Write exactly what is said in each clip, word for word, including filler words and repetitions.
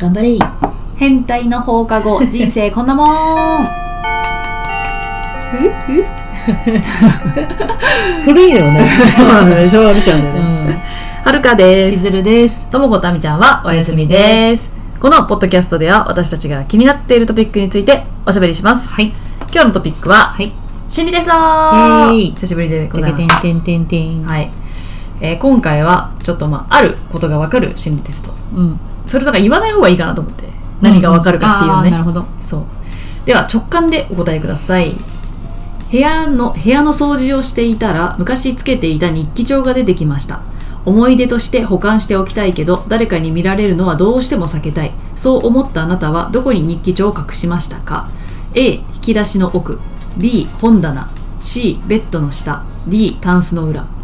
頑張れ。 変態の放課後人生こんなもん古いよね。 そうなんだね、昭和見ちゃうんだよね、うん、はるかです。 ちずるです。 ともことあみちゃんはおやすみです。このポッドキャストでは私たちが気になっているトピックについておしゃべりします、はい、今日のトピックは、はい、心理テストー。久しぶりでございます。 てんてんてんてん、 はい、えー、今回はちょっと、まあ、あることが分かる心理テスト、うん、それとか言わない方がいいかなと思って、何が分かるかっていうね、うんうん、 なるほど。 そうでは直感でお答えください。部屋の部屋の掃除をしていたら昔つけていた日記帳が出てきました。思い出として保管しておきたいけど誰かに見られるのはどうしても避けたい。そう思ったあなたはどこに日記帳を隠しましたか？ A 引き出しの奥、 B 本棚、 C ベッドの下、 D タンスの裏。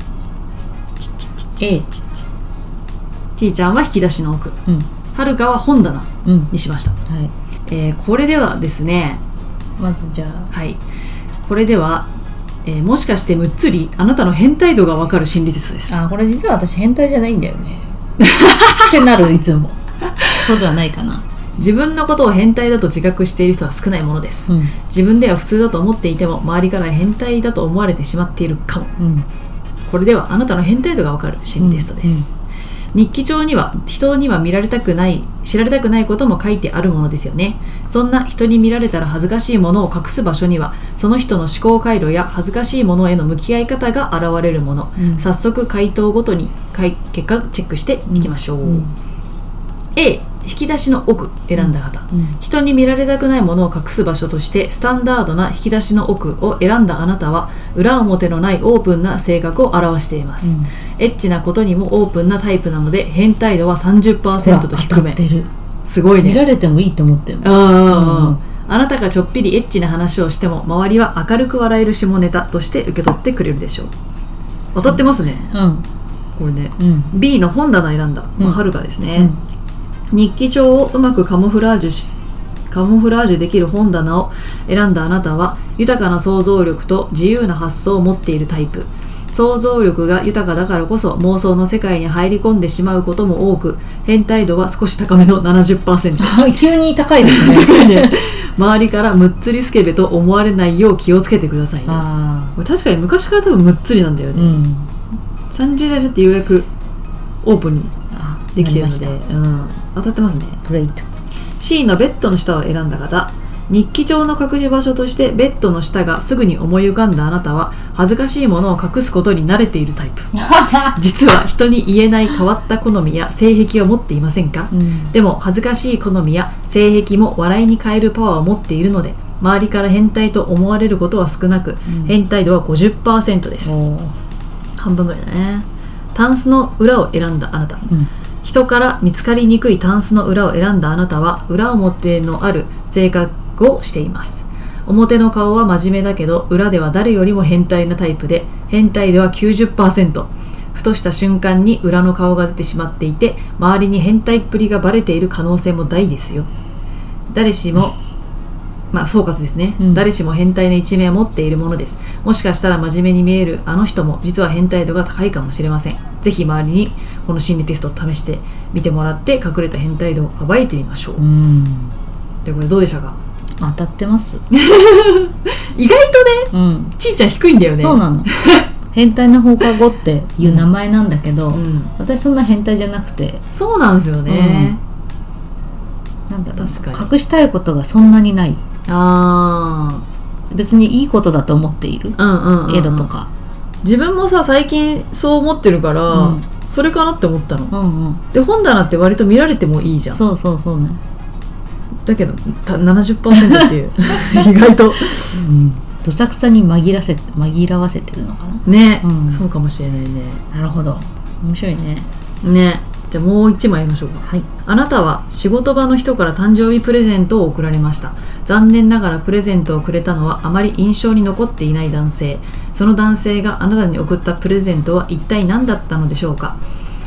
A。 ちーちゃんは引き出しの奥、うん、はるかは本棚にしました、うん、はい。えー、これではですね、 まずじゃあ、 はい、これでは、えー、もしかしてむっつりあなたの変態度が分かる心理テストです。 あ、これ実は私変態じゃないんだよねってなる、いつもそうではないかな。 自分のことを変態だと自覚している人は少ないものです、うん、自分では普通だと思っていても周りから変態だと思われてしまっているかも、うん、これではあなたの変態度が分かる心理テストです、うんうん、日記帳には人には見られたくない、知られたくないことも書いてあるものですよね。そんな人に見られたら恥ずかしいものを隠す場所にはその人の思考回路や恥ずかしいものへの向き合い方が現れるもの、うん、早速回答ごとに結果チェックしていきましょう、うんうん、A 引き出しの奥選んだ方、うんうん、人に見られたくないものを隠す場所としてスタンダードな引き出しの奥を選んだあなたは裏表のないオープンな性格を表しています、うん、エッチなことにもオープンなタイプなので変態度は さんじゅっパーセント と低め。すごいね。 見られてもいいと思ってる。 あ、うんうん、あなたがちょっぴりエッチな話をしても周りは明るく笑える下ネタとして受け取ってくれるでしょう。当たってますね、うん、これね、うん、B の本棚選んだ、まあ、はるかですね、うん、日記帳をうまくカモフラージュしカモフラージュできる本棚を選んだあなたは豊かな想像力と自由な発想を持っているタイプ。想像力が豊かだからこそ妄想の世界に入り込んでしまうことも多く、変態度は少し高めの ななじゅっパーセント急に高いですね高いね。周りからむっつりスケベと思われないよう気をつけてくださいね。あ、これ確かに昔から多分むっつりなんだよね、うん、さんじゅう代だってようやくオープンにできてるので、うん、当たってますね。 グレート。 C のベッドの下を選んだ方、日記帳の隠し場所としてベッドの下がすぐに思い浮かんだあなたは恥ずかしいものを隠すことに慣れているタイプ実は人に言えない変わった好みや性癖を持っていませんか、うん、でも恥ずかしい好みや性癖も笑いに変えるパワーを持っているので周りから変態と思われることは少なく、うん、変態度は ごじゅっパーセント です。半分ぐらいだね。タンスの裏を選んだあなた、うん、人から見つかりにくいタンスの裏を選んだあなたは裏表のある性格をしています。表の顔は真面目だけど裏では誰よりも変態なタイプで変態では きゅうじゅっパーセント。 ふとした瞬間に裏の顔が出てしまっていて周りに変態っぷりがバレている可能性も大ですよ。誰しもまあ総括ですね、うん、誰しも変態な一面を持っているものです。もしかしたら真面目に見えるあの人も実は変態度が高いかもしれません。ぜひ周りにこの心理テストを試してみてもらって隠れた変態度を暴いてみましょう。うん、でこれどうでしたか？ 当たってます意外とね、うん、ちーちゃん低いんだよね。 そうなの変態な放課後っていう名前なんだけど、うん、私そんな変態じゃなくて。 そうなんですよね、 うん、なんだろう、確かに隠したいことがそんなにない。あ、別にいいことだと思っている、うんうんうんうん、エロとか。 自分もさ最近そう思ってるから、うん、それかなって思ったの、うんうん、で本棚って割と見られてもいいじゃん。 そうそうそうね。 だけど ななじゅっパーセント っていう意外と、 うん、どさくさに紛らせ紛らわせてるのかなね、うん、そうかもしれないね。 なるほど、面白いね。 ね、じゃあもう一枚やりましょうか。はい。あなたは仕事場の人から誕生日プレゼントを贈られました。残念ながらプレゼントをくれたのはあまり印象に残っていない男性。その男性があなたに贈ったプレゼントは一体何だったのでしょうか？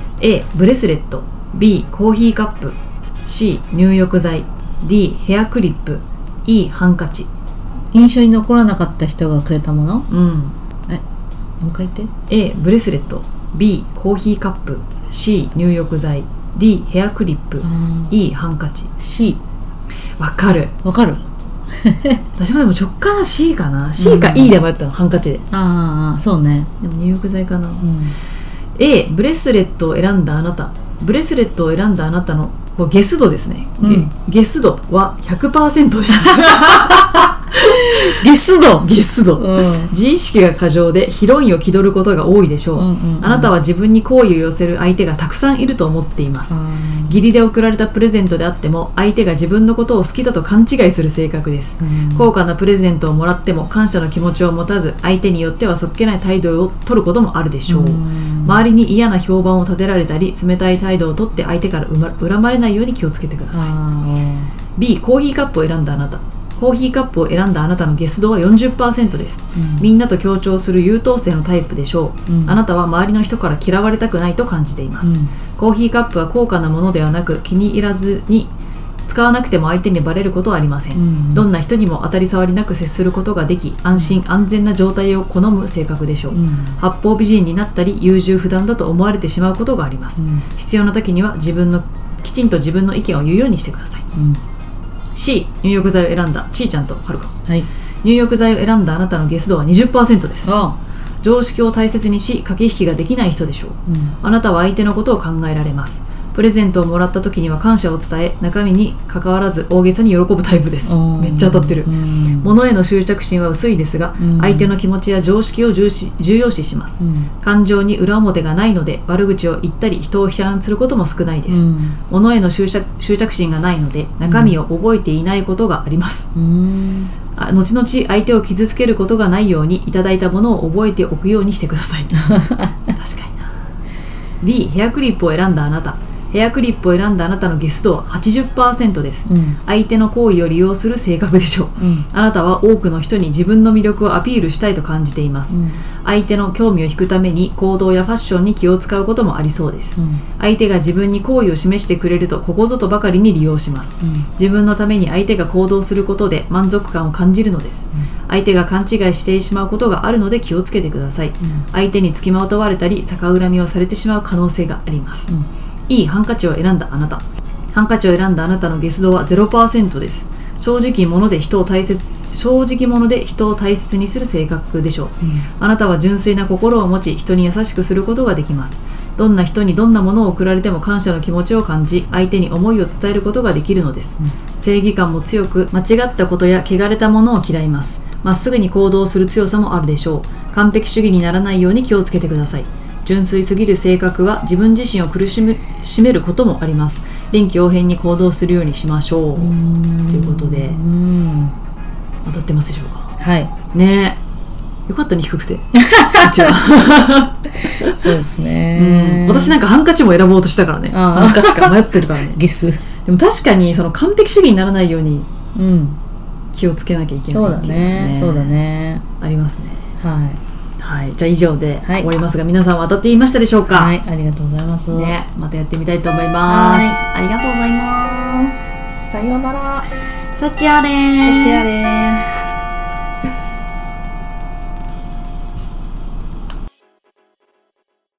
A ブレスレット、 B コーヒーカップ、 C 入浴剤、 D ヘアクリップ、 E ハンカチ。 印象に残らなかった人がくれたもの？うん。え、もう一回言って。 A ブレスレット、 B コーヒーカップ、 C 入浴剤、 D ヘアクリップ、E ハンカチ。 C。 わかるわかる私もでも直感は C かな。 C か E で迷ったの、ハンカチで。 ああそうね。 でも入浴剤かな、 うん、 A ブレスレットを選んだあなた。ブレスレットを選んだあなたのこれゲス度ですね、うん、ゲス度は ひゃくパーセント ですゲス度ゲス度、うん、自意識が過剰でヒロインを気取ることが多いでしょう、うんうんうん、あなたは自分に好意を寄せる相手がたくさんいると思っています。義理で贈られたプレゼントであっても相手が自分のことを好きだと勘違いする性格です、うん、高価なプレゼントをもらっても感謝の気持ちを持たず相手によってはそっけない態度を取ることもあるでしょう、うん、周りに嫌な評判を立てられたり冷たい態度をとって相手から恨まれないように気をつけてください。 B コーヒーカップを選んだあなた。コーヒーカップを選んだあなたのゲス度は よんじゅっパーセント です、うん、みんなと協調する優等生のタイプでしょう、うん、あなたは周りの人から嫌われたくないと感じています、うん、コーヒーカップは高価なものではなく気に入らずに使わなくても相手にバレることはありません、うん、どんな人にも当たり障りなく接することができ安心安全な状態を好む性格でしょう、うん、八方美人になったり優柔不断だと思われてしまうことがあります、うん、必要な時には自分のきちんと自分の意見を言うようにしてください、うん、C 入浴剤を選んだちーちゃんとはるか、はい、入浴剤を選んだあなたのゲス度は にじゅっパーセント です。ああ、常識を大切にし駆け引きができない人でしょう、うん、あなたは相手のことを考えられます。プレゼントをもらった時には感謝を伝え中身に関わらず大げさに喜ぶタイプです。めっちゃ当たってる、うん、物への執着心は薄いですが、うん、相手の気持ちや常識を重視、重要視します、うん、感情に裏表がないので悪口を言ったり人を批判することも少ないです、うん、物への執着、執着心がないので中身を覚えていないことがあります、うん、あ後々相手を傷つけることがないようにいただいたものを覚えておくようにしてください確かにな。 D ヘアクリップを選んだあなた。ヘアクリップを選んだあなたのゲス度は はちじゅっパーセント です、うん、相手の行為を利用する性格でしょう、うん、あなたは多くの人に自分の魅力をアピールしたいと感じています、うん、相手の興味を引くために行動やファッションに気を使うこともありそうです、うん、相手が自分に好意を示してくれるとここぞとばかりに利用します、うん、自分のために相手が行動することで満足感を感じるのです、うん、相手が勘違いしてしまうことがあるので気をつけてください、うん、相手につきまとわれたり逆恨みをされてしまう可能性があります、うん、いいハンカチを選んだあなた。ハンカチを選んだあなたのゲス度は ゼロパーセント です。正直者で人を大切正直者で人を大切にする性格でしょう、うん、あなたは純粋な心を持ち人に優しくすることができます。どんな人にどんなものを贈られても感謝の気持ちを感じ相手に思いを伝えることができるのです、うん、正義感も強く間違ったことや汚れたものを嫌います。まっすぐに行動する強さもあるでしょう。完璧主義にならないように気をつけてください。純粋すぎる性格は自分自身を苦しめることもあります。臨機応変に行動するようにしましょうということで、当たってますでしょうか。はいねえ、よかったね低くてうちはそうですね。 私なんかハンカチも選ぼうとしたからね。ハンカチか迷ってるからねゲスでも確かにその完璧主義にならないように気をつけなきゃいけない、ね、 そうだねそうだねありますね。 はいはい、じゃあ以上で終わりますが、はい、皆さんは当たっていましたでしょうか。 はい、ありがとうございます、 ね、またやってみたいと思います。ありがとうございます。 さようなら。 さちあれー。 さちあれー。